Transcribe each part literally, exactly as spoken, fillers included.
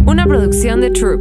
Una producción de Troop.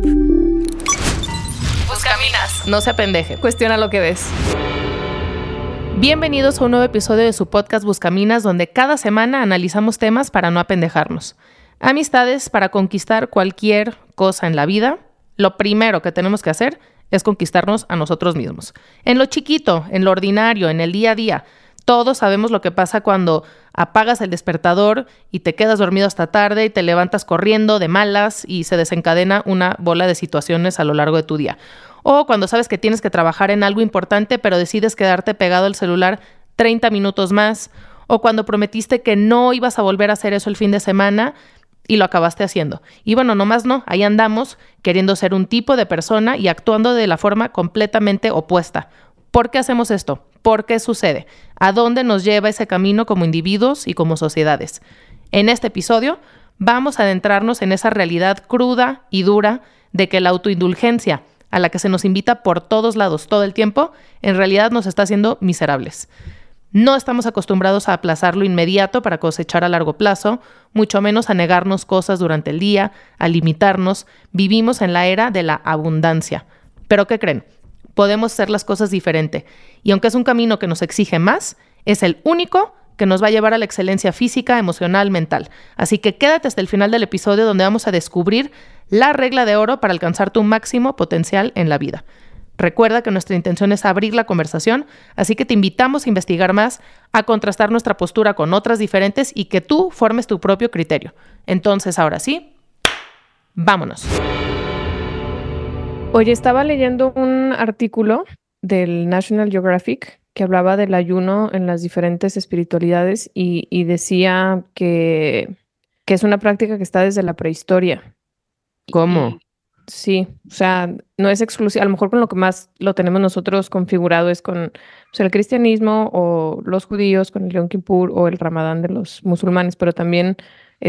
Buscaminas, no se apendeje, cuestiona lo que ves. Bienvenidos a un nuevo episodio de su podcast Buscaminas, donde cada semana analizamos temas para no apendejarnos. Amistades para conquistar cualquier cosa en la vida. Lo primero que tenemos que hacer es conquistarnos a nosotros mismos. En lo chiquito, en lo ordinario, en el día a día. Todos sabemos lo que pasa cuando apagas el despertador y te quedas dormido hasta tarde y te levantas corriendo de malas y se desencadena una bola de situaciones a lo largo de tu día. O cuando sabes que tienes que trabajar en algo importante pero decides quedarte pegado al celular treinta minutos más. O cuando prometiste que no ibas a volver a hacer eso el fin de semana y lo acabaste haciendo. Y bueno, nomás no, ahí andamos queriendo ser un tipo de persona y actuando de la forma completamente opuesta. ¿Por qué hacemos esto? ¿Por qué sucede? ¿A dónde nos lleva ese camino como individuos y como sociedades? En este episodio vamos a adentrarnos en esa realidad cruda y dura de que la autoindulgencia, a la que se nos invita por todos lados todo el tiempo, en realidad nos está haciendo miserables. No estamos acostumbrados a aplazar lo inmediato para cosechar a largo plazo, mucho menos a negarnos cosas durante el día, a limitarnos. Vivimos en la era de la abundancia. ¿Pero qué creen? Podemos hacer las cosas diferente. Y aunque es un camino que nos exige más, es el único que nos va a llevar a la excelencia física, emocional, mental. Así que quédate hasta el final del episodio donde vamos a descubrir la regla de oro para alcanzar tu máximo potencial en la vida. Recuerda que nuestra intención es abrir la conversación, así que te invitamos a investigar más, a contrastar nuestra postura con otras diferentes y que tú formes tu propio criterio. Entonces, ahora sí, vámonos. Oye, estaba leyendo un artículo del National Geographic que hablaba del ayuno en las diferentes espiritualidades y, y decía que, que es una práctica que está desde la prehistoria. ¿Cómo? Y, sí, o sea, no es exclusiva. A lo mejor con lo que más lo tenemos nosotros configurado es con pues, el cristianismo o los judíos, con el Yom Kippur o el Ramadán de los musulmanes, pero también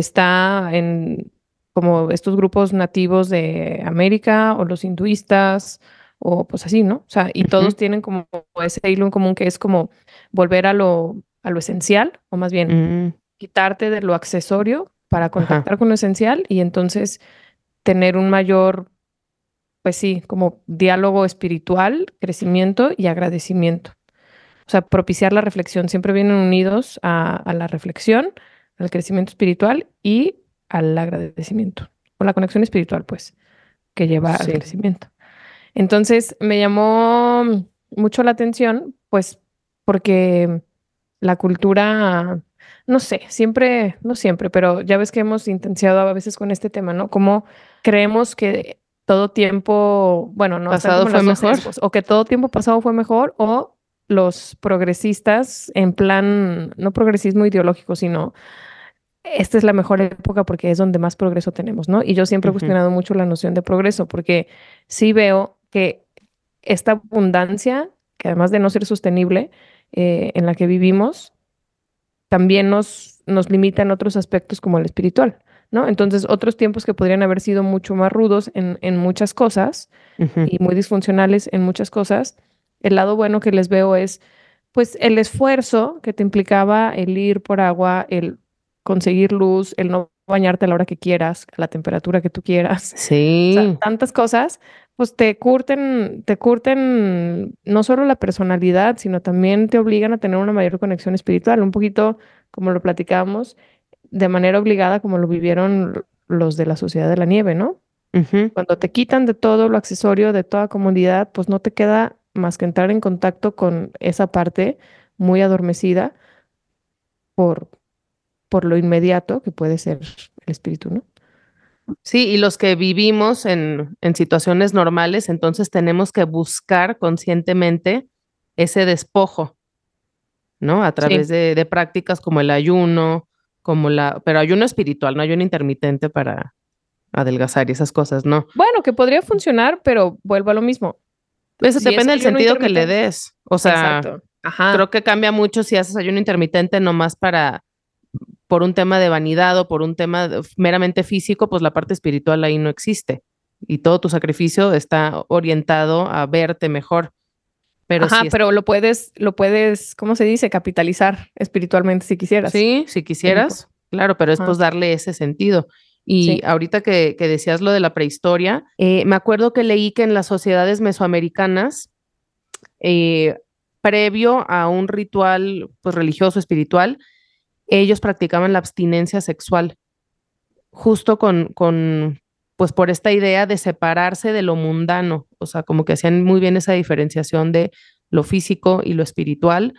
está en como estos grupos nativos de América o los hinduistas o pues así, ¿no? O sea, y todos Uh-huh. tienen como ese hilo en común que es como volver a lo, a lo esencial, o más bien Mm. quitarte de lo accesorio para contactar Ajá. con lo esencial y entonces tener un mayor, pues sí, como diálogo espiritual, crecimiento y agradecimiento. O sea, propiciar la reflexión. Siempre vienen unidos a, a la reflexión, al crecimiento espiritual y al agradecimiento. O la conexión espiritual, pues, que lleva al Sí. crecimiento. Entonces, me llamó mucho la atención, pues, porque la cultura, no sé, siempre, no siempre, pero ya ves que hemos intenciado a veces con este tema, ¿no? Como creemos que todo tiempo, bueno, no están ¿Pasado como fue las dos mejor? sesgos, o que todo tiempo pasado fue mejor, o los progresistas en plan, no progresismo ideológico, sino esta es la mejor época porque es donde más progreso tenemos, ¿no? Y yo siempre he Uh-huh. cuestionado mucho la noción de progreso porque sí veo que esta abundancia, que además de no ser sostenible, eh, en la que vivimos, también nos, nos limita en otros aspectos como el espiritual, ¿no? Entonces, otros tiempos que podrían haber sido mucho más rudos en, en muchas cosas Uh-huh. y muy disfuncionales en muchas cosas, el lado bueno que les veo es, pues, el esfuerzo que te implicaba el ir por agua, el conseguir luz, el no bañarte a la hora que quieras, a la temperatura que tú quieras. O sea, Sí. tantas cosas, pues te curten, te curten no solo la personalidad, sino también te obligan a tener una mayor conexión espiritual, un poquito como lo platicábamos, de manera obligada como lo vivieron los de la Sociedad de la Nieve, ¿no? Uh-huh. Cuando te quitan de todo lo accesorio, de toda comodidad, pues no te queda más que entrar en contacto con esa parte muy adormecida por, por lo inmediato que puede ser el espíritu, ¿no? Sí, y los que vivimos en, en situaciones normales, entonces tenemos que buscar conscientemente ese despojo, ¿no? A través Sí. de, de prácticas como el ayuno, como la, pero ayuno espiritual, no ayuno intermitente para adelgazar y esas cosas, no. Bueno, que podría funcionar, pero vuelvo a lo mismo. Eso Si es depende del ayuno sentido que le intermitente. des. O sea, Exacto. Ajá. creo que cambia mucho si haces ayuno intermitente nomás para, por un tema de vanidad o por un tema de- meramente físico, pues la parte espiritual ahí no existe. Y todo tu sacrificio está orientado a verte mejor. Pero Ajá, si es- pero lo puedes, lo puedes, ¿cómo se dice? Capitalizar espiritualmente si quisieras. sí, si En- quisieras, claro, pero es Ajá. pues darle ese sentido. Y Sí. ahorita que, que decías lo de la prehistoria, eh, me acuerdo que leí que en las sociedades mesoamericanas, eh, previo a un ritual pues, religioso, espiritual, ellos practicaban la abstinencia sexual, justo con, con, pues por esta idea de separarse de lo mundano, o sea, como que hacían muy bien esa diferenciación de lo físico y lo espiritual,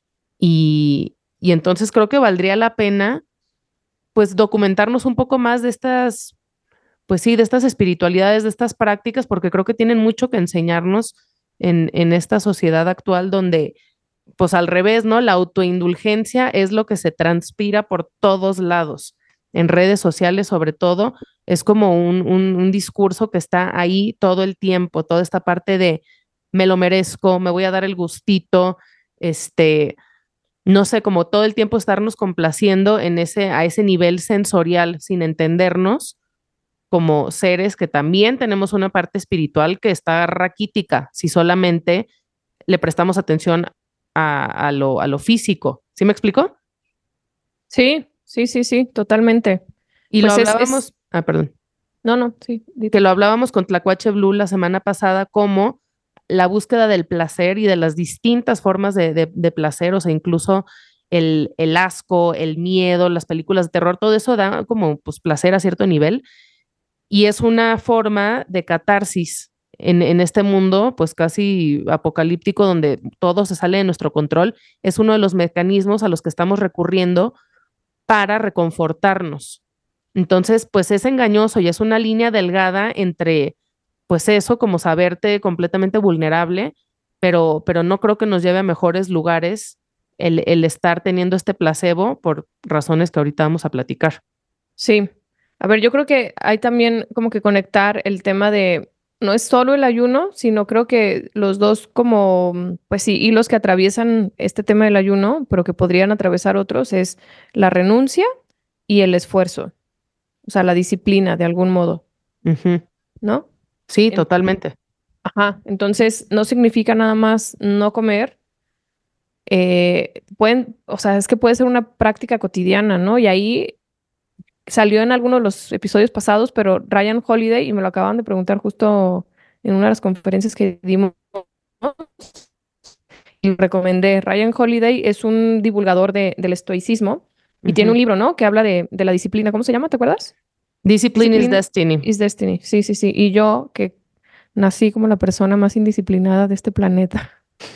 y, y entonces creo que valdría la pena, pues, documentarnos un poco más de estas, pues sí, de estas espiritualidades, de estas prácticas, porque creo que tienen mucho que enseñarnos en, en esta sociedad actual donde, pues al revés, ¿no? La autoindulgencia es lo que se transpira por todos lados, en redes sociales sobre todo, es como un, un, un discurso que está ahí todo el tiempo, toda esta parte de me lo merezco, me voy a dar el gustito, este, no sé, como todo el tiempo estarnos complaciendo en ese, a ese nivel sensorial sin entendernos como seres que también tenemos una parte espiritual que está raquítica si solamente le prestamos atención a, a lo, a lo físico. ¿Sí me explico? Sí, sí, sí, sí, totalmente. Y lo Pues es, es, hablábamos, ah, perdón, no, no, sí, di que tú. lo hablábamos con Tlacuache Blue la semana pasada, como la búsqueda del placer y de las distintas formas de, de, de placer, o sea, incluso el, el asco, el miedo, las películas de terror, todo eso da como pues placer a cierto nivel y es una forma de catarsis en, en este mundo pues casi apocalíptico donde todo se sale de nuestro control, es uno de los mecanismos a los que estamos recurriendo para reconfortarnos. Entonces, pues es engañoso y es una línea delgada entre, pues eso, como saberte completamente vulnerable, pero, pero no creo que nos lleve a mejores lugares el, el estar teniendo este placebo por razones que ahorita vamos a platicar. Sí. A ver, yo creo que hay también como que conectar el tema de, no es solo el ayuno, sino creo que los dos como, mm, pues sí, hilos que atraviesan este tema del ayuno, pero que podrían atravesar otros, es la renuncia y el esfuerzo, o sea, la disciplina de algún modo, Ujú. ¿no? Sí, En- totalmente. Ajá, entonces no significa nada más no comer, eh, pueden, o sea, es que puede ser una práctica cotidiana, ¿no? Y ahí salió en alguno de los episodios pasados, pero Ryan Holiday, y me lo acaban de preguntar justo en una de las conferencias que dimos, y recomendé. Ryan Holiday es un divulgador de, del estoicismo y tiene Ujú. un libro, ¿no? Que habla de, de la disciplina. ¿Cómo se llama? ¿Te acuerdas? Discipline is Discipline destiny. is Destiny. Sí, sí, sí. Y yo, que nací como la persona más indisciplinada de este planeta.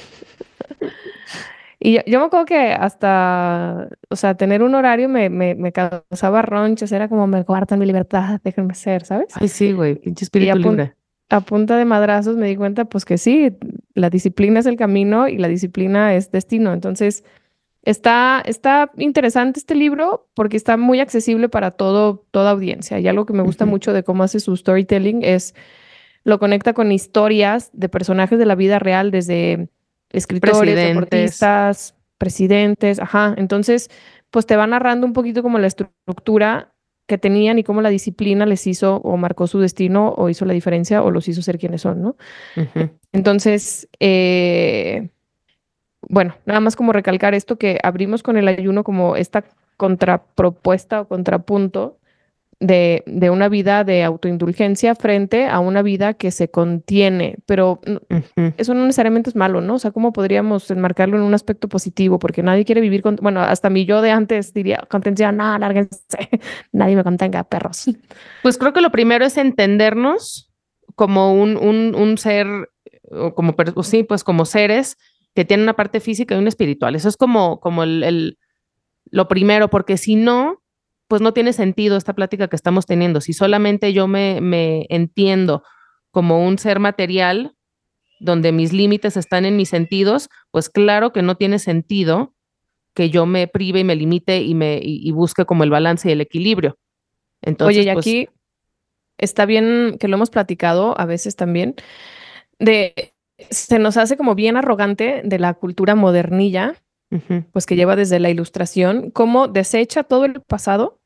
Y yo, yo me acuerdo que hasta, o sea, tener un horario me, me, me causaba ronchas, era como me coartan mi libertad, déjenme ser, ¿sabes? Ay, sí, güey, pinche Y espíritu a, pun- libre. a punta de madrazos me di cuenta, pues que sí, la disciplina es el camino y la disciplina es destino. Entonces, está, está interesante este libro porque está muy accesible para todo, toda audiencia. Y algo que me gusta Ujú. mucho de cómo hace su storytelling es lo conecta con historias de personajes de la vida real, desde escritores, Presidentes. deportistas, presidentes, ajá. Entonces, pues te va narrando un poquito como la estructura que tenían y cómo la disciplina les hizo o marcó su destino o hizo la diferencia o los hizo ser quienes son, ¿no? Ujú. Entonces, eh, bueno, nada más como recalcar esto que abrimos con el ayuno como esta contrapropuesta o contrapunto de, de una vida de autoindulgencia frente a una vida que se contiene, pero no- Ujú. eso no necesariamente es malo, ¿no? O sea, ¿cómo podríamos enmarcarlo en un aspecto positivo? Porque nadie quiere vivir con, bueno, hasta mi yo de antes diría, contención, no, lárguense, nadie me contenga, perros. Pues creo que lo primero es entendernos como un, un, un ser, o como, per- o sí, pues como seres que tienen una parte física y una espiritual. Eso es como, como el, el- lo primero, porque si no, pues no tiene sentido esta plática que estamos teniendo. Si solamente yo me, me entiendo como un ser material, donde mis límites están en mis sentidos, pues claro que no tiene sentido que yo me prive y me limite y, me, y, y busque como el balance y el equilibrio. Oye, Entonces, y pues, aquí está bien que lo hemos platicado a veces también, de se nos hace como bien arrogante de la cultura modernilla, ujú, pues que lleva desde la ilustración, cómo desecha todo el pasado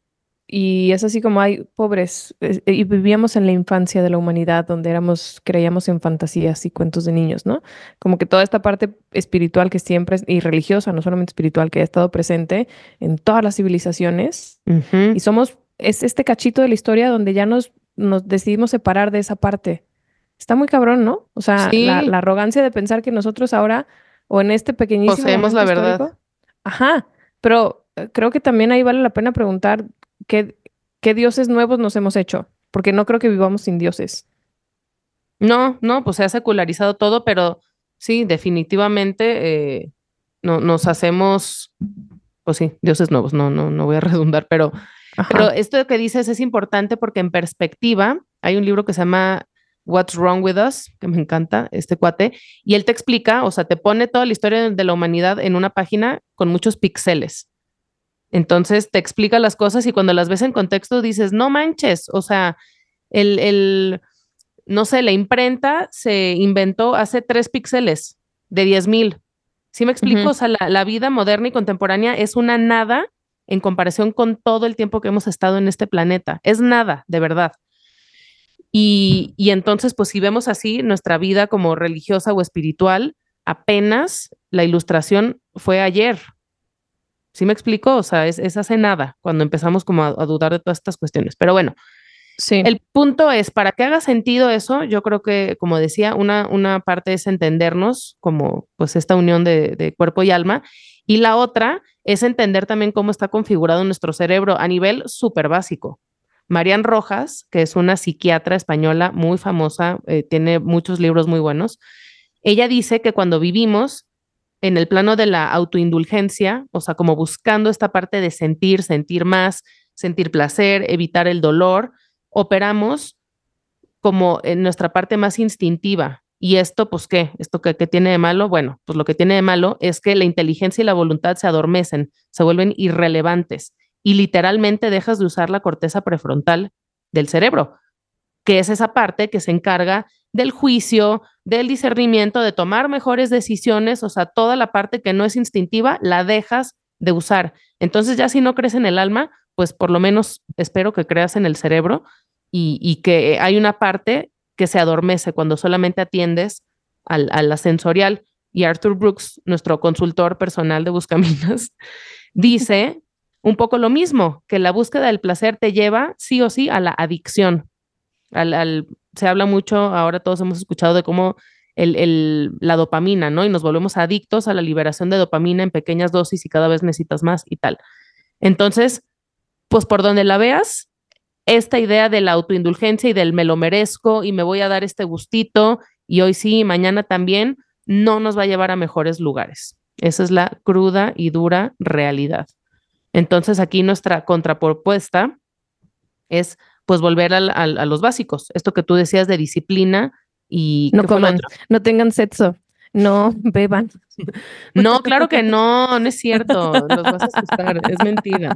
y es así como hay pobres eh, y vivíamos en la infancia de la humanidad donde éramos creíamos en fantasías y cuentos de niños, ¿no? Como que toda esta parte espiritual que siempre es, y religiosa, no solamente espiritual, que ha estado presente en todas las civilizaciones ujú. y somos es este cachito de la historia donde ya nos, nos decidimos separar de esa parte. Está muy cabrón, ¿no? O sea, la, Sí, la arrogancia de pensar que nosotros ahora, o en este pequeñísimo poseemos momento la verdad. histórico, ajá, pero eh, creo que también ahí vale la pena preguntar qué, qué dioses nuevos nos hemos hecho, porque no creo que vivamos sin dioses. No, no, pues se ha secularizado todo, pero sí, definitivamente eh, no, nos hacemos, pues sí, dioses nuevos, no, no, no voy a redundar, pero, pero Ajá, esto que dices es importante porque en perspectiva hay un libro que se llama What's Wrong with Us, que me encanta, este cuate, y él te explica, o sea, te pone toda la historia de la humanidad en una página con muchos píxeles. Entonces te explica las cosas y cuando las ves en contexto dices, no manches, o sea, el, el no sé, la imprenta se inventó hace tres píxeles de diez mil. ¿Sí me explico? ujú. O sea, la, la vida moderna y contemporánea es una nada en comparación con todo el tiempo que hemos estado en este planeta. Es nada, de verdad. Y, y entonces, pues si vemos así nuestra vida como religiosa o espiritual, apenas la ilustración fue ayer. ¿Sí me explico? O sea, es, es hace nada cuando empezamos como a, a dudar de todas estas cuestiones. Pero bueno, Sí, el punto es, para que haga sentido eso, yo creo que, como decía, una, una parte es entendernos como pues esta unión de, de cuerpo y alma, y la otra es entender también cómo está configurado nuestro cerebro a nivel súper básico. Marian Rojas, que es una psiquiatra española muy famosa, eh, tiene muchos libros muy buenos, ella dice que cuando vivimos en el plano de la autoindulgencia, o sea, como buscando esta parte de sentir, sentir más, sentir placer, evitar el dolor, operamos como en nuestra parte más instintiva. ¿Y esto, pues qué? ¿Esto qué, qué tiene de malo? Bueno, pues lo que tiene de malo es que la inteligencia y la voluntad se adormecen, se vuelven irrelevantes y literalmente dejas de usar la corteza prefrontal del cerebro, que es esa parte que se encarga del juicio, del discernimiento, de tomar mejores decisiones, o sea, toda la parte que no es instintiva la dejas de usar. Entonces ya si no crees en el alma, pues por lo menos espero que creas en el cerebro y, y que hay una parte que se adormece cuando solamente atiendes al, a la sensorial. Y Arthur Brooks, nuestro consultor personal de Buscaminas, dice un poco lo mismo, que la búsqueda del placer te lleva sí o sí a la adicción. Al, al, se habla mucho, ahora todos hemos escuchado de cómo el, el, la dopamina, ¿no? Y nos volvemos adictos a la liberación de dopamina en pequeñas dosis y cada vez necesitas más y tal. Entonces, pues por donde la veas, esta idea de la autoindulgencia y del me lo merezco y me voy a dar este gustito y hoy sí y mañana también, no nos va a llevar a mejores lugares. Esa es la cruda y dura realidad. Entonces aquí nuestra contrapropuesta es pues volver al, al, a los básicos, esto que tú decías de disciplina y no ¿qué fue lo coman, otro? no tengan sexo, no beban. No, claro que no, no es cierto, los vas a asustar, es mentira.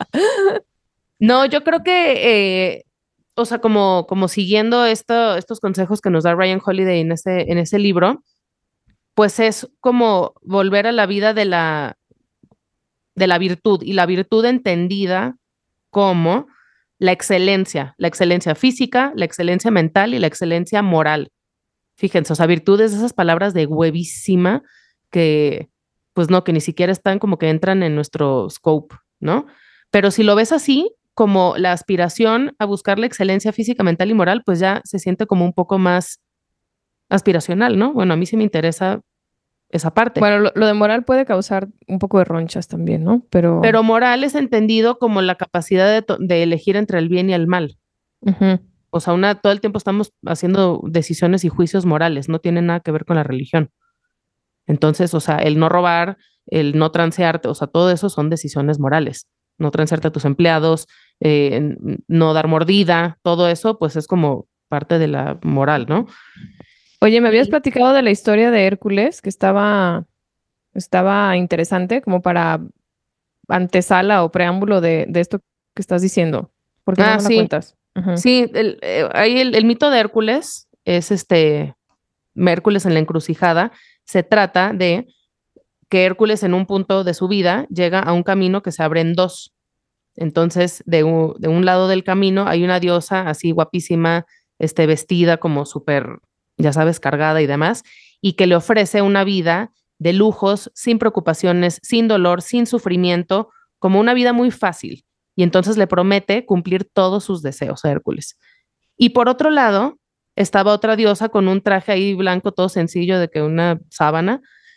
No, yo creo que, eh, o sea, como, como siguiendo esto, estos consejos que nos da Ryan Holiday en ese, en ese libro, pues es como volver a la vida de la, de la virtud y la virtud entendida como la excelencia, la excelencia física, la excelencia mental y la excelencia moral. Fíjense, o sea, virtudes, esas palabras de huevísima que, pues no, que ni siquiera están como que entran en nuestro scope, ¿no? Pero si lo ves así, como la aspiración a buscar la excelencia física, mental y moral, pues ya se siente como un poco más aspiracional, ¿no? Bueno, a mí sí me interesa esa parte. Bueno, lo, lo de moral puede causar un poco de ronchas también, ¿no? Pero, Pero moral es entendido como la capacidad de, to- de elegir entre el bien y el mal. ujú. O sea, una, todo el tiempo estamos haciendo decisiones y juicios morales, no tiene nada que ver con la religión. Entonces, o sea, el no robar, el no transearte, o sea, todo eso son decisiones morales. No transearte a tus empleados, eh, no dar mordida, todo eso, pues es como parte de la moral, ¿no? Oye, me habías Y platicado de la historia de Hércules, que estaba, estaba interesante, como para antesala o preámbulo de, de esto que estás diciendo. ¿Por qué no ah, me la sí, cuentas? Ujú. sí, el, eh, ahí el, el mito de Hércules es este, Hércules en la encrucijada, se trata de que Hércules en un punto de su vida llega a un camino que se abre en dos. Entonces, de un, de un lado del camino hay una diosa así guapísima, este, vestida como súper, ya sabes, cargada y demás, y que le ofrece una vida de lujos, sin preocupaciones, sin dolor, sin sufrimiento, como una vida muy fácil. y entonces le promete cumplir todos sus deseos a Hércules. Y por otro lado, estaba otra diosa con un traje ahí blanco todo sencillo de que una sábana,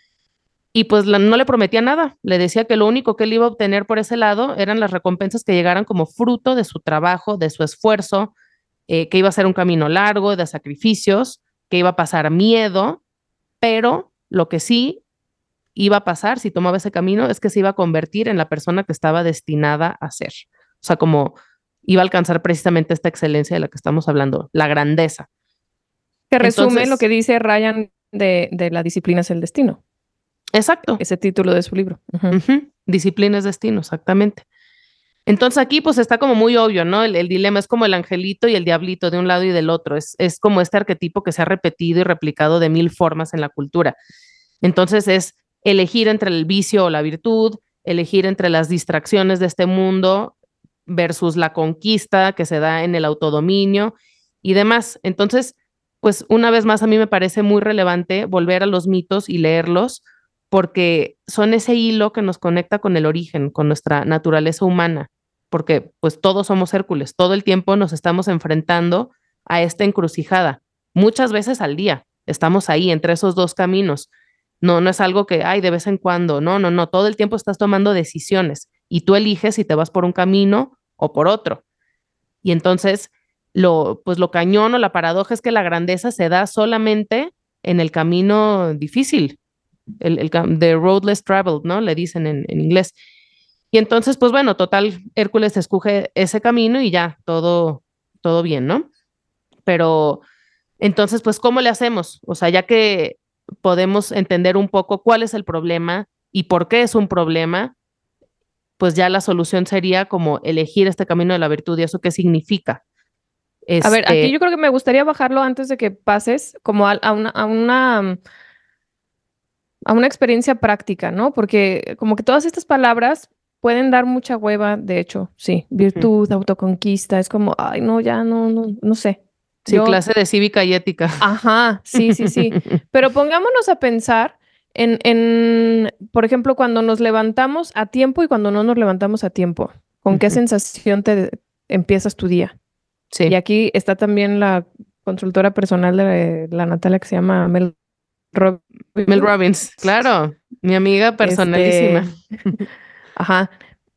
y pues la, no le prometía nada, le decía que lo único que él iba a obtener por ese lado eran las recompensas que llegaran como fruto de su trabajo, de su esfuerzo, eh, que iba a ser un camino largo, de sacrificios, que iba a pasar miedo, pero lo que sí iba a pasar si tomaba ese camino es que se iba a convertir en la persona que estaba destinada a ser. O sea, como iba a alcanzar precisamente esta excelencia de la que estamos hablando, la grandeza. Que resume Entonces, lo que dice Ryan de, de La disciplina es el destino. exacto. Ese título de su libro. Uh-huh. Uh-huh. Disciplina es destino, exactamente. Entonces aquí pues está como muy obvio, ¿no? El, el dilema es como el angelito y el diablito de un lado y del otro. Es, es como este arquetipo que se ha repetido y replicado de mil formas en la cultura. Entonces es elegir entre el vicio o la virtud, elegir entre las distracciones de este mundo versus la conquista que se da en el autodominio y demás. Entonces, pues una vez más a mí me parece muy relevante volver a los mitos y leerlos porque son ese hilo que nos conecta con el origen, con nuestra naturaleza humana, porque pues todos somos Hércules, todo el tiempo nos estamos enfrentando a esta encrucijada, muchas veces al día, estamos ahí entre esos dos caminos. No, no es algo que, ay, de vez en cuando, no, no, no, todo el tiempo estás tomando decisiones y tú eliges si te vas por un camino o por otro. Y entonces, lo, pues lo cañón o la paradoja es que la grandeza se da solamente en el camino difícil, el, el the road less traveled, ¿no? Le dicen en, en inglés. Y entonces, pues bueno, total, Hércules escoge ese camino y ya, todo, todo bien, ¿no? Pero entonces, pues, ¿cómo le hacemos? O sea, ya que podemos entender un poco cuál es el problema y por qué es un problema, pues ya la solución sería como elegir este camino de la virtud. ¿Y eso qué significa? A ver, aquí Este, yo creo que me gustaría bajarlo antes de que pases como a, a una, a una, a una experiencia práctica, ¿no? Porque como que todas estas palabras pueden dar mucha hueva, de hecho, sí, ujú. virtud, autoconquista, es como, ay, no, ya no, no, no sé. Sí, Yo, clase de cívica y ética. ajá, sí, sí, sí. Pero pongámonos a pensar en, en, por ejemplo, cuando nos levantamos a tiempo y cuando no nos levantamos a tiempo. ¿Con qué Ujú. sensación te empiezas tu día? Y Sí, aquí está también la consultora personal de la Natalia que se llama Mel Robbins. Mel Robbins, claro, mi amiga personalísima. Este, ajá.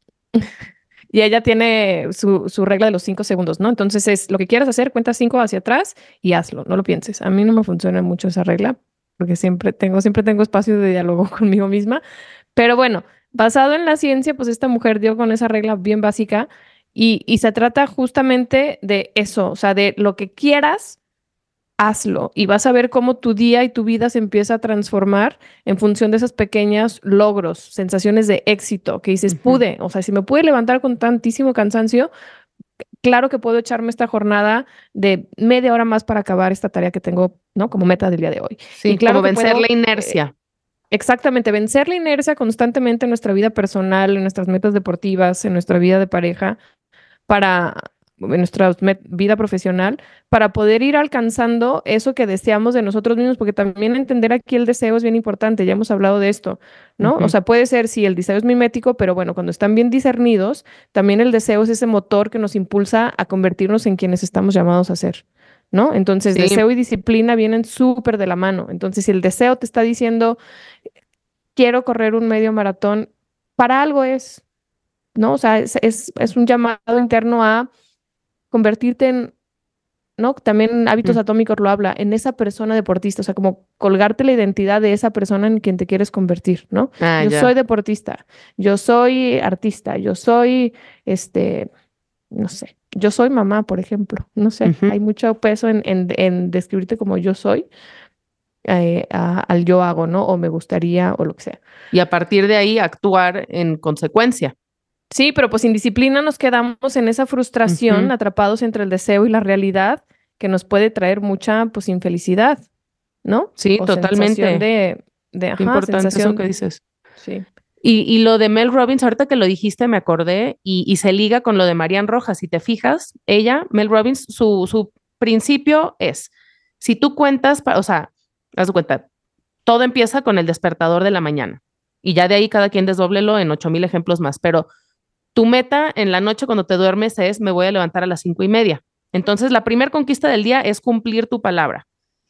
Y ella tiene su, su regla de los cinco segundos, ¿no? Entonces es lo que quieras hacer, cuenta cinco hacia atrás y hazlo, no lo pienses. A mí no me funciona mucho esa regla porque siempre tengo, siempre tengo espacio de diálogo conmigo misma. Pero bueno, basado en la ciencia, pues esta mujer dio con esa regla bien básica y, y se trata justamente de eso, o sea, de lo que quieras, hazlo y vas a ver cómo tu día y tu vida se empieza a transformar en función de esos pequeños logros, sensaciones de éxito, que dices, Ujú. pude, o sea, si me pude levantar con tantísimo cansancio, claro que puedo echarme esta jornada de media hora más para acabar esta tarea que tengo, ¿no? Como meta del día de hoy. Y Sí, claro como que vencer la puedo, eh, inercia. exactamente, vencer la inercia constantemente en nuestra vida personal, en nuestras metas deportivas, en nuestra vida de pareja, para en nuestra met- vida profesional, para poder ir alcanzando eso que deseamos de nosotros mismos, porque también entender aquí el deseo es bien importante, ya hemos hablado de esto, ¿no? O Ujú. sea, puede ser, sí, el deseo es mimético, pero bueno, cuando están bien discernidos, también el deseo es ese motor que nos impulsa a convertirnos en quienes estamos llamados a ser, ¿no? Entonces, Sí, deseo y disciplina vienen súper de la mano. Entonces, si el deseo te está diciendo, quiero correr un medio maratón, para algo es, ¿no? O sea, es, es, es un llamado interno a convertirte en, ¿no? También Hábitos ujú. Atómicos lo habla, en esa persona deportista, o sea, como colgarte la identidad de esa persona en quien te quieres convertir, ¿no? Ah, Yo soy ya. deportista, yo soy artista, yo soy, este, no sé, yo soy mamá, por ejemplo, no sé, Ujú. hay mucho peso en, en, en describirte como yo soy, eh, a- al yo hago, ¿no? O me gustaría, o lo que sea. Y a partir de ahí actuar en consecuencia. Sí, pero pues sin disciplina nos quedamos en esa frustración, Ujú. atrapados entre el deseo y la realidad, que nos puede traer mucha, pues, infelicidad, ¿no? Sí, O sensación totalmente. de, de, Qué ajá, importante eso que sensación, dices. sí. Y, y lo de Mel Robbins, ahorita que lo dijiste, me acordé, y, y se liga con lo de Marian Rojas. Si te fijas, ella, Mel Robbins, su, su principio es, si tú cuentas, pa- o sea, haz de cuenta, todo empieza con el despertador de la mañana. Y ya de ahí cada quien desdóblelo en ocho mil ejemplos más. Pero Tu meta en la noche cuando te duermes es me voy a levantar a las cinco y media. Entonces, la primera conquista del día es cumplir tu palabra.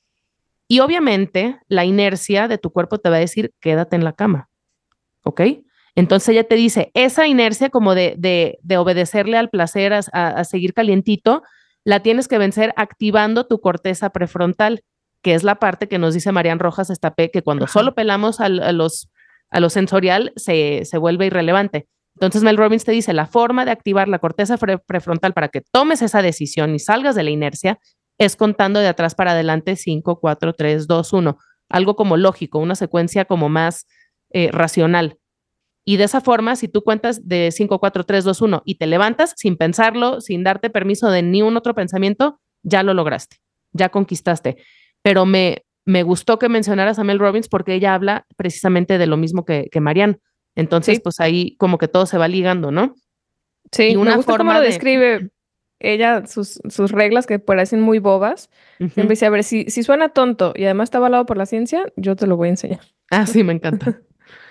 Y obviamente, la inercia de tu cuerpo te va a decir, quédate en la cama, ¿ok? Entonces ella te dice, esa inercia como de, de, de obedecerle al placer, a, a seguir calientito, la tienes que vencer activando tu corteza prefrontal, que es la parte que nos dice Marian Rojas Estapé, que cuando Ajá. solo pelamos al, a, los, a lo sensorial se, se vuelve irrelevante. Entonces Mel Robbins te dice, la forma de activar la corteza prefrontal para que tomes esa decisión y salgas de la inercia es contando de atrás para adelante cinco, cuatro, tres, dos, uno. Algo como lógico, una secuencia como más eh, racional. Y de esa forma, si tú cuentas de cinco, cuatro, tres, dos, uno y te levantas sin pensarlo, sin darte permiso de ni un otro pensamiento, ya lo lograste, ya conquistaste. Pero me, me gustó que mencionaras a Mel Robbins porque ella habla precisamente de lo mismo que, que Marian. Entonces, sí. pues ahí como que todo se va ligando, ¿no? Sí, y una me gusta forma cómo lo de... describe ella, sus, sus reglas que parecen muy bobas. Uh-huh. Siempre dice, a ver, si, si suena tonto y además está avalado por la ciencia, yo te lo voy a enseñar. Ah, sí, me encanta.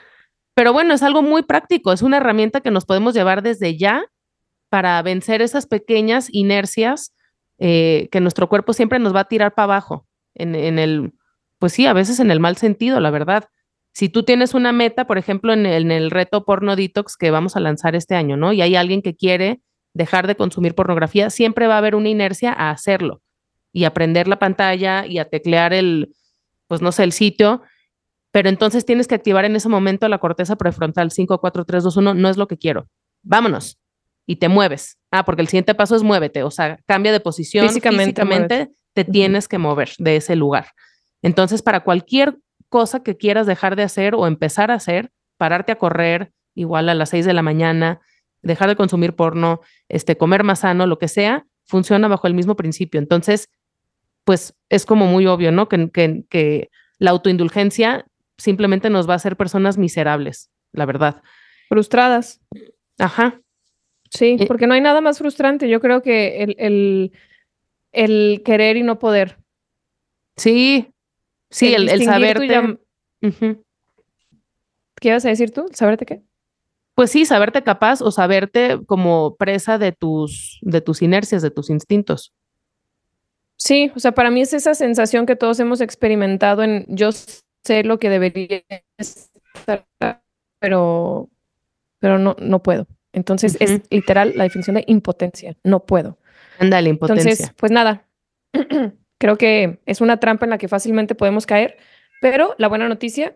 Pero bueno, es algo muy práctico, es una herramienta que nos podemos llevar desde ya para vencer esas pequeñas inercias eh, que nuestro cuerpo siempre nos va a tirar para abajo, en, en el, pues sí, a veces en el mal sentido, la verdad. Si tú tienes una meta, por ejemplo, en el, en el reto Porno Detox que vamos a lanzar este año, ¿no? Y hay alguien que quiere dejar de consumir pornografía, siempre va a haber una inercia a hacerlo y a prender la pantalla y a teclear el, pues no sé, el sitio. Pero entonces tienes que activar en ese momento la corteza prefrontal cinco, cuatro, tres, dos, uno, no es lo que quiero. Vámonos. Y te mueves. Ah, porque el siguiente paso es muévete, o sea, cambia de posición. Físicamente, físicamente te uh-huh. tienes que mover de ese lugar. Entonces, para cualquier cosa que quieras dejar de hacer o empezar a hacer, pararte a correr igual a las seis de la mañana, dejar de consumir porno, este, comer más sano, lo que sea, funciona bajo el mismo principio. Entonces, pues es como muy obvio, ¿no? Que, que, que la autoindulgencia simplemente nos va a hacer personas miserables, la verdad. Frustradas. Ajá. Sí, porque no hay nada más frustrante. Yo creo que el, el, el querer y no poder. Sí, sí, el, el, el saberte. Llam... Uh-huh. ¿Qué ibas a decir tú? ¿Saberte qué? Pues sí, saberte capaz o saberte como presa de tus, de tus inercias, de tus instintos. Sí, o sea, para mí es esa sensación que todos hemos experimentado en yo sé lo que debería estar, pero, pero no, no puedo. Entonces uh-huh. es literal la definición de impotencia. No puedo. Ándale, impotencia. Entonces, pues nada, creo que es una trampa en la que fácilmente podemos caer, pero la buena noticia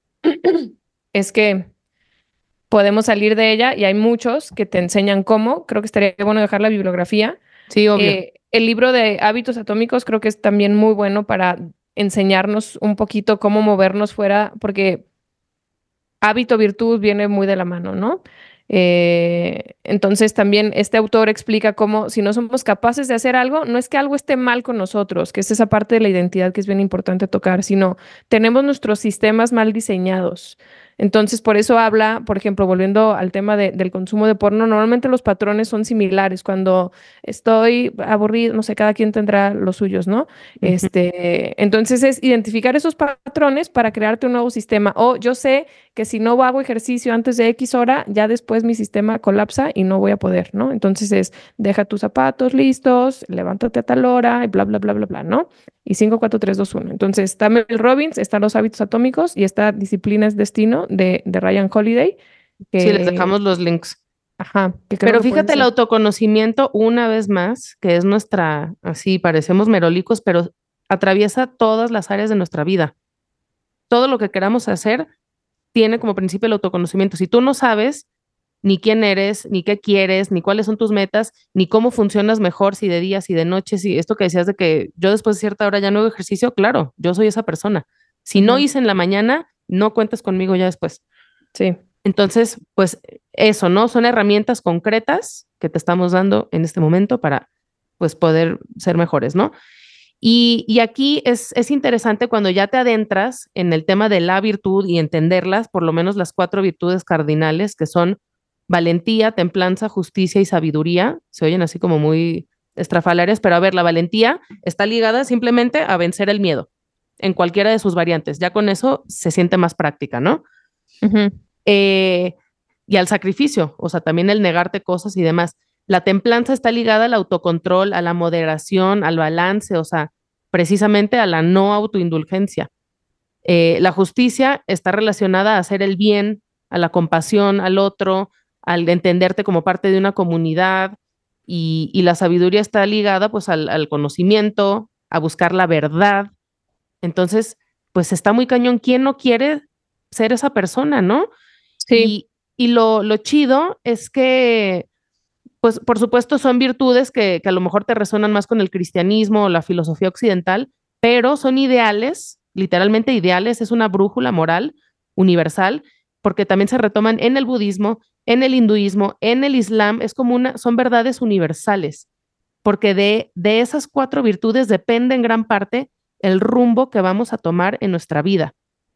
es que podemos salir de ella y hay muchos que te enseñan cómo. Creo que estaría bueno dejar la bibliografía. Sí, obvio. Eh, el libro de Hábitos Atómicos creo que es también muy bueno para enseñarnos un poquito cómo movernos fuera, porque hábito, virtud viene muy de la mano, ¿no? Eh, entonces también este autor explica cómo si no somos capaces de hacer algo, no es que algo esté mal con nosotros, que es esa parte de la identidad que es bien importante tocar, sino tenemos nuestros sistemas mal diseñados. Entonces, por eso habla, por ejemplo, volviendo al tema de, del consumo de porno, normalmente los patrones son similares. Cuando estoy aburrido, no sé, cada quien tendrá los suyos, ¿no? Uh-huh. Este, entonces es identificar esos patrones para crearte un nuevo sistema. O yo sé que si no hago ejercicio antes de X hora, ya después mi sistema colapsa y no voy a poder, ¿no? Entonces es, deja tus zapatos listos, levántate a tal hora y bla, bla, bla, bla, bla, ¿no? Y cinco, cuatro, tres, dos, uno. Entonces está Mel Robbins, están los hábitos atómicos y esta disciplina es destino de, de Ryan Holiday. Que... Sí, les dejamos los links. Ajá. Que Pero fíjate el autoconocimiento una vez más, que es nuestra, así parecemos merolicos, pero atraviesa todas las áreas de nuestra vida. Todo lo que queramos hacer tiene como principio el autoconocimiento. Si tú no sabes ni quién eres, ni qué quieres, ni cuáles son tus metas, ni cómo funcionas mejor, si de día, si de noche, si esto que decías de que yo después de cierta hora ya no hago ejercicio, claro, yo soy esa persona. Si uh-huh. no hice en la mañana, no cuentes conmigo ya después. Sí. Entonces, pues eso, ¿no? Son herramientas concretas que te estamos dando en este momento para, pues, poder ser mejores, ¿no? Y, y aquí es, es interesante cuando ya te adentras en el tema de la virtud y entenderlas, por lo menos las cuatro virtudes cardinales, que son valentía, templanza, justicia y sabiduría. Se oyen así como muy estrafalarias, pero a ver, la valentía está ligada simplemente a vencer el miedo en cualquiera de sus variantes. Ya con eso se siente más práctica, ¿no? Uh-huh. Eh, y al sacrificio, o sea, también el negarte cosas y demás. La templanza está ligada al autocontrol, a la moderación, al balance, o sea, precisamente a la no autoindulgencia. Eh, la justicia está relacionada a hacer el bien, a la compasión al otro, al entenderte como parte de una comunidad, y, y la sabiduría está ligada pues al, al conocimiento, a buscar la verdad. Entonces, pues está muy cañón. ¿Quién no quiere ser esa persona, no? Sí. Y, y lo, lo chido es que, pues por supuesto son virtudes que, que a lo mejor te resuenan más con el cristianismo o la filosofía occidental, pero son ideales, literalmente ideales, es una brújula moral universal, porque también se retoman en el budismo, en el hinduismo, en el islam, es como una, son verdades universales, porque de, de esas cuatro virtudes depende en gran parte el rumbo que vamos a tomar en nuestra vida.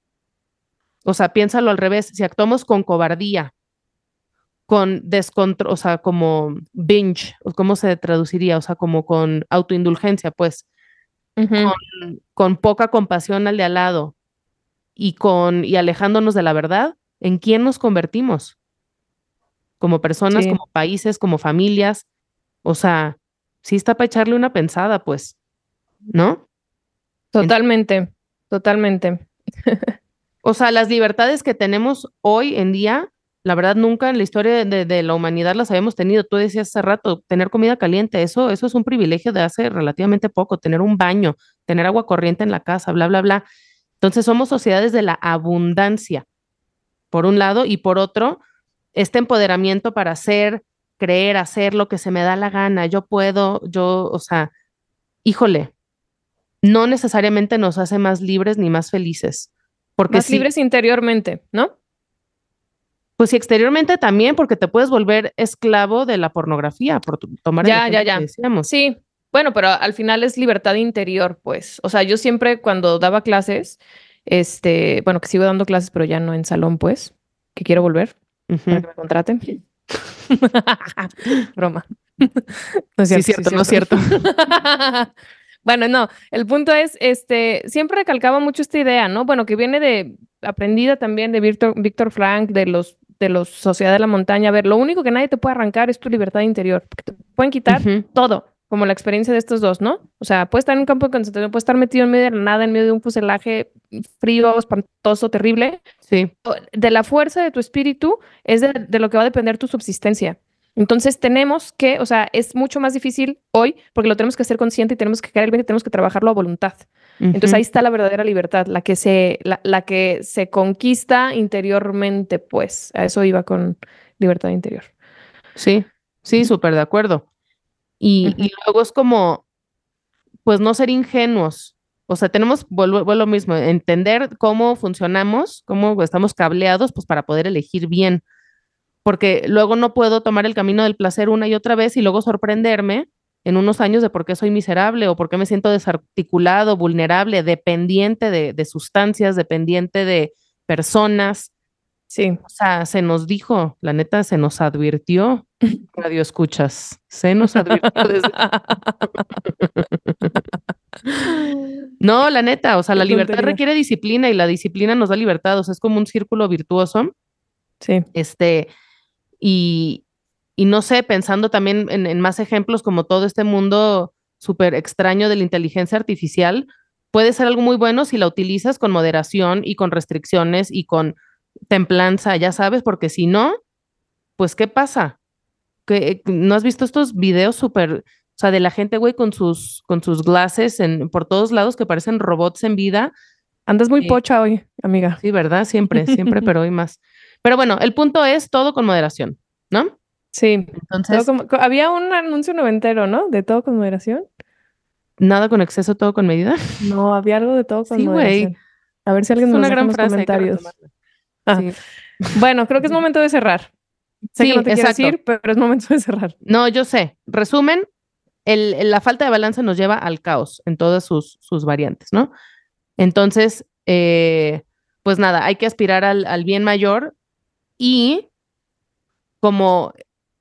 O sea, piénsalo al revés, si actuamos con cobardía, con descontrol, o sea, como binge, o cómo se traduciría, o sea, como con autoindulgencia, pues, Ujú. con, con poca compasión al de al lado y con y alejándonos de la verdad, ¿en quién nos convertimos? Como personas, Sí, como países, como familias, o sea, sí está para echarle una pensada, pues, ¿no? En- totalmente, totalmente. o sea, las libertades que tenemos hoy en día, la verdad, nunca en la historia de, de- de la humanidad las habíamos tenido. Tú decías hace rato, tener comida caliente, eso, eso es un privilegio de hace relativamente poco, tener un baño, tener agua corriente en la casa, bla, bla, bla. Entonces, somos sociedades de la abundancia, por un lado, y por otro, este empoderamiento para hacer, creer, hacer lo que se me da la gana. Yo puedo, yo, o sea, híjole, no necesariamente nos hace más libres ni más felices, porque Más sí. libres interiormente, ¿no? Pues y exteriormente también, porque te puedes volver esclavo de la pornografía, por tu- tomar el Ya, ya, ejemplo que ya. decíamos. Sí. Bueno, pero al final es libertad interior, pues. O sea, yo siempre cuando daba clases, este, bueno, que sigo dando clases, pero ya no en salón, pues, que quiero volver para Ujú. que me contraten. Broma. No es Sí, cierto, sí es cierto, no es cierto. cierto. Bueno, no, el punto es, este, siempre recalcaba mucho esta idea, ¿no? Bueno, que viene de, aprendida también de Víctor, Víctor Frank, de los, de los Sociedad de la Montaña. A ver, lo único que nadie te puede arrancar es tu libertad interior, porque te pueden quitar Ujú. todo, como la experiencia de estos dos, ¿no? O sea, puedes estar en un campo de concentración, puedes estar metido en medio de la nada, en medio de un fuselaje frío, espantoso, terrible. Sí, De la fuerza de tu espíritu es de, de lo que va a depender tu subsistencia. Entonces tenemos que, o sea, es mucho más difícil hoy porque lo tenemos que hacer consciente y tenemos que caer el veinte y tenemos que trabajarlo a voluntad. Entonces ahí ujú. está la verdadera libertad, la que se, la, la que se conquista interiormente, pues. A eso iba con libertad interior. Sí, sí, súper de acuerdo. Y, Ujú. y luego es como, pues no ser ingenuos. O sea, tenemos, vuelvo, vuelvo lo mismo, entender cómo funcionamos, cómo estamos cableados, pues para poder elegir bien. Porque luego no puedo tomar el camino del placer una y otra vez y luego sorprenderme en unos años de por qué soy miserable o por qué me siento desarticulado, vulnerable, dependiente de, de sustancias, dependiente de personas. Sí. O sea, se nos dijo, la neta, se nos advirtió, radio escuchas, se nos advirtió desde... No, la neta, o sea, Qué la libertad tontería. requiere disciplina y la disciplina nos da libertad, o sea, es como un círculo virtuoso, Sí. este, y, y no sé, pensando también en, en más ejemplos como todo este mundo súper extraño de la inteligencia artificial, puede ser algo muy bueno si la utilizas con moderación y con restricciones y con templanza, ya sabes, porque si no, pues ¿qué pasa? ¿Qué- ¿No has visto estos videos súper, o sea, de la gente, güey, con sus, con sus glasses en, por todos lados que parecen robots en vida? Andas muy Eh, pocha hoy, amiga. sí, ¿verdad? Siempre, siempre, pero hoy más. Pero bueno, el punto es todo con moderación, ¿no? Sí. Todo Entonces, como, co- había un anuncio noventero, ¿no? De todo con moderación. nada con exceso, todo con medida. No, había algo de todo con Sí, güey. moderación. A ver si Esa alguien es me los una deja en gran los frase, hay que comentarios. retomarla. Ah, Sí. bueno, creo que es momento de cerrar. Sé que no Sí, te quieres exacto. ir, pero es momento de cerrar. No, yo sé. Resumen, el, el- la falta de balance nos lleva al caos en todas sus, sus variantes, ¿no? Entonces, eh, pues nada, hay que aspirar al, al bien mayor y como,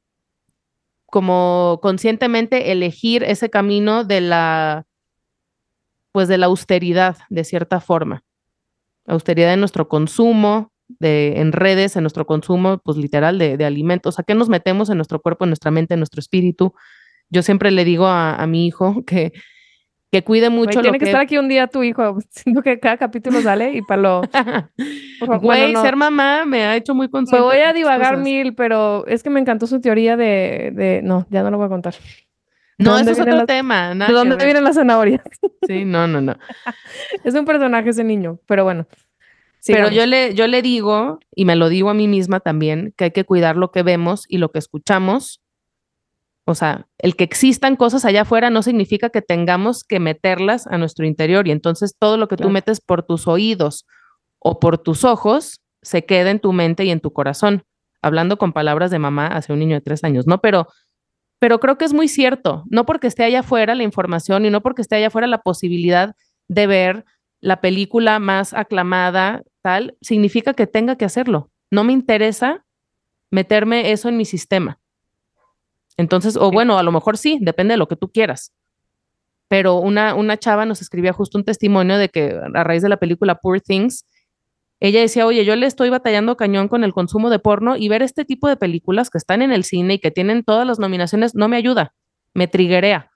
como conscientemente elegir ese camino de la, pues de la austeridad, de cierta forma. Austeridad en nuestro consumo, de, en redes, en nuestro consumo, pues literal, de, de alimentos. ¿A qué nos metemos en nuestro cuerpo, en nuestra mente, en nuestro espíritu? Yo siempre le digo a, a mi hijo que, que cuide mucho. Güey, tiene lo que que estar aquí un día tu hijo. Siento que cada capítulo sale y para lo... Güey, bueno, no. Ser mamá me ha hecho muy consciente. Me voy a divagar mil, pero es que me encantó su teoría de... de... No, ya no lo voy a contar. No, eso es otro las... tema. ¿De dónde vienen las zanahorias? Sí, no, no, no. Es un personaje ese niño, pero bueno. Sigamos. Pero yo le, yo le digo, y me lo digo a mí misma también, que hay que cuidar lo que vemos y lo que escuchamos. O sea, el que existan cosas allá afuera no significa que tengamos que meterlas a nuestro interior. Y entonces todo lo que claro. tú metes por tus oídos o por tus ojos se queda en tu mente y en tu corazón. Hablando con palabras de mamá hacia un niño de tres años, ¿no? Pero... Pero creo que es muy cierto, no porque esté allá afuera la información y no porque esté allá afuera la posibilidad de ver la película más aclamada, tal, significa que tenga que hacerlo. No me interesa meterme eso en mi sistema. Entonces, o bueno, a lo mejor sí, depende de lo que tú quieras. Pero una, una chava nos escribía justo un testimonio de que a raíz de la película Poor Things, ella decía, oye, yo le estoy batallando cañón con el consumo de porno y ver este tipo de películas que están en el cine y que tienen todas las nominaciones no me ayuda, me triguea.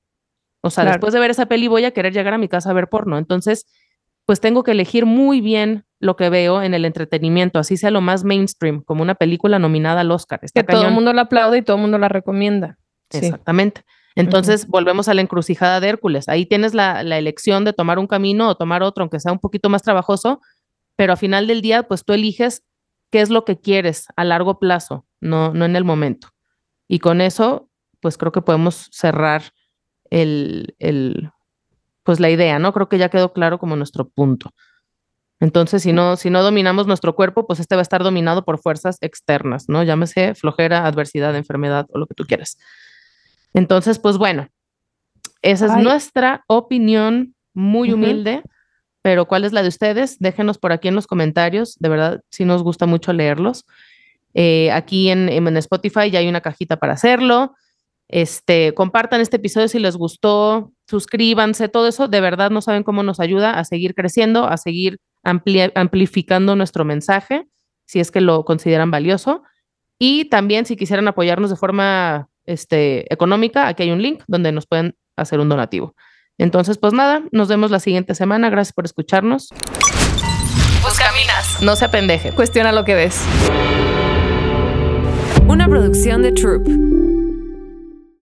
O sea, claro. después de ver esa peli voy a querer llegar a mi casa a ver porno. Entonces, pues tengo que elegir muy bien lo que veo en el entretenimiento, así sea lo más mainstream, como una película nominada al Oscar. Está que cañón. Todo el mundo la aplaude y todo el mundo la recomienda. Exactamente. Sí. Entonces, uh-huh. volvemos a la encrucijada de Hércules. Ahí tienes la, la elección de tomar un camino o tomar otro, aunque sea un poquito más trabajoso, pero al final del día, pues tú eliges qué es lo que quieres a largo plazo, no, no en el momento. Y con eso, pues creo que podemos cerrar el, el, pues la idea, ¿no? Creo que ya quedó claro como nuestro punto. Entonces, si no, si no dominamos nuestro cuerpo, pues este va a estar dominado por fuerzas externas, ¿no? Llámese flojera, adversidad, enfermedad o lo que tú quieras. Entonces, pues bueno, esa Ay. es nuestra opinión muy uh-huh. humilde. Pero ¿cuál es la de ustedes? Déjenos por aquí en los comentarios. De verdad, sí nos gusta mucho leerlos. Eh, aquí en, en Spotify ya hay una cajita para hacerlo. Este, compartan este episodio si les gustó. Suscríbanse, todo eso. De verdad no saben cómo nos ayuda a seguir creciendo, a seguir ampli- amplificando nuestro mensaje, si es que lo consideran valioso. Y también si quisieran apoyarnos de forma este, económica, aquí hay un link donde nos pueden hacer un donativo. Entonces, pues nada, nos vemos la siguiente semana. Gracias por escucharnos. Buscaminas. No se apendeje. Cuestiona lo que ves. Una producción de Troop.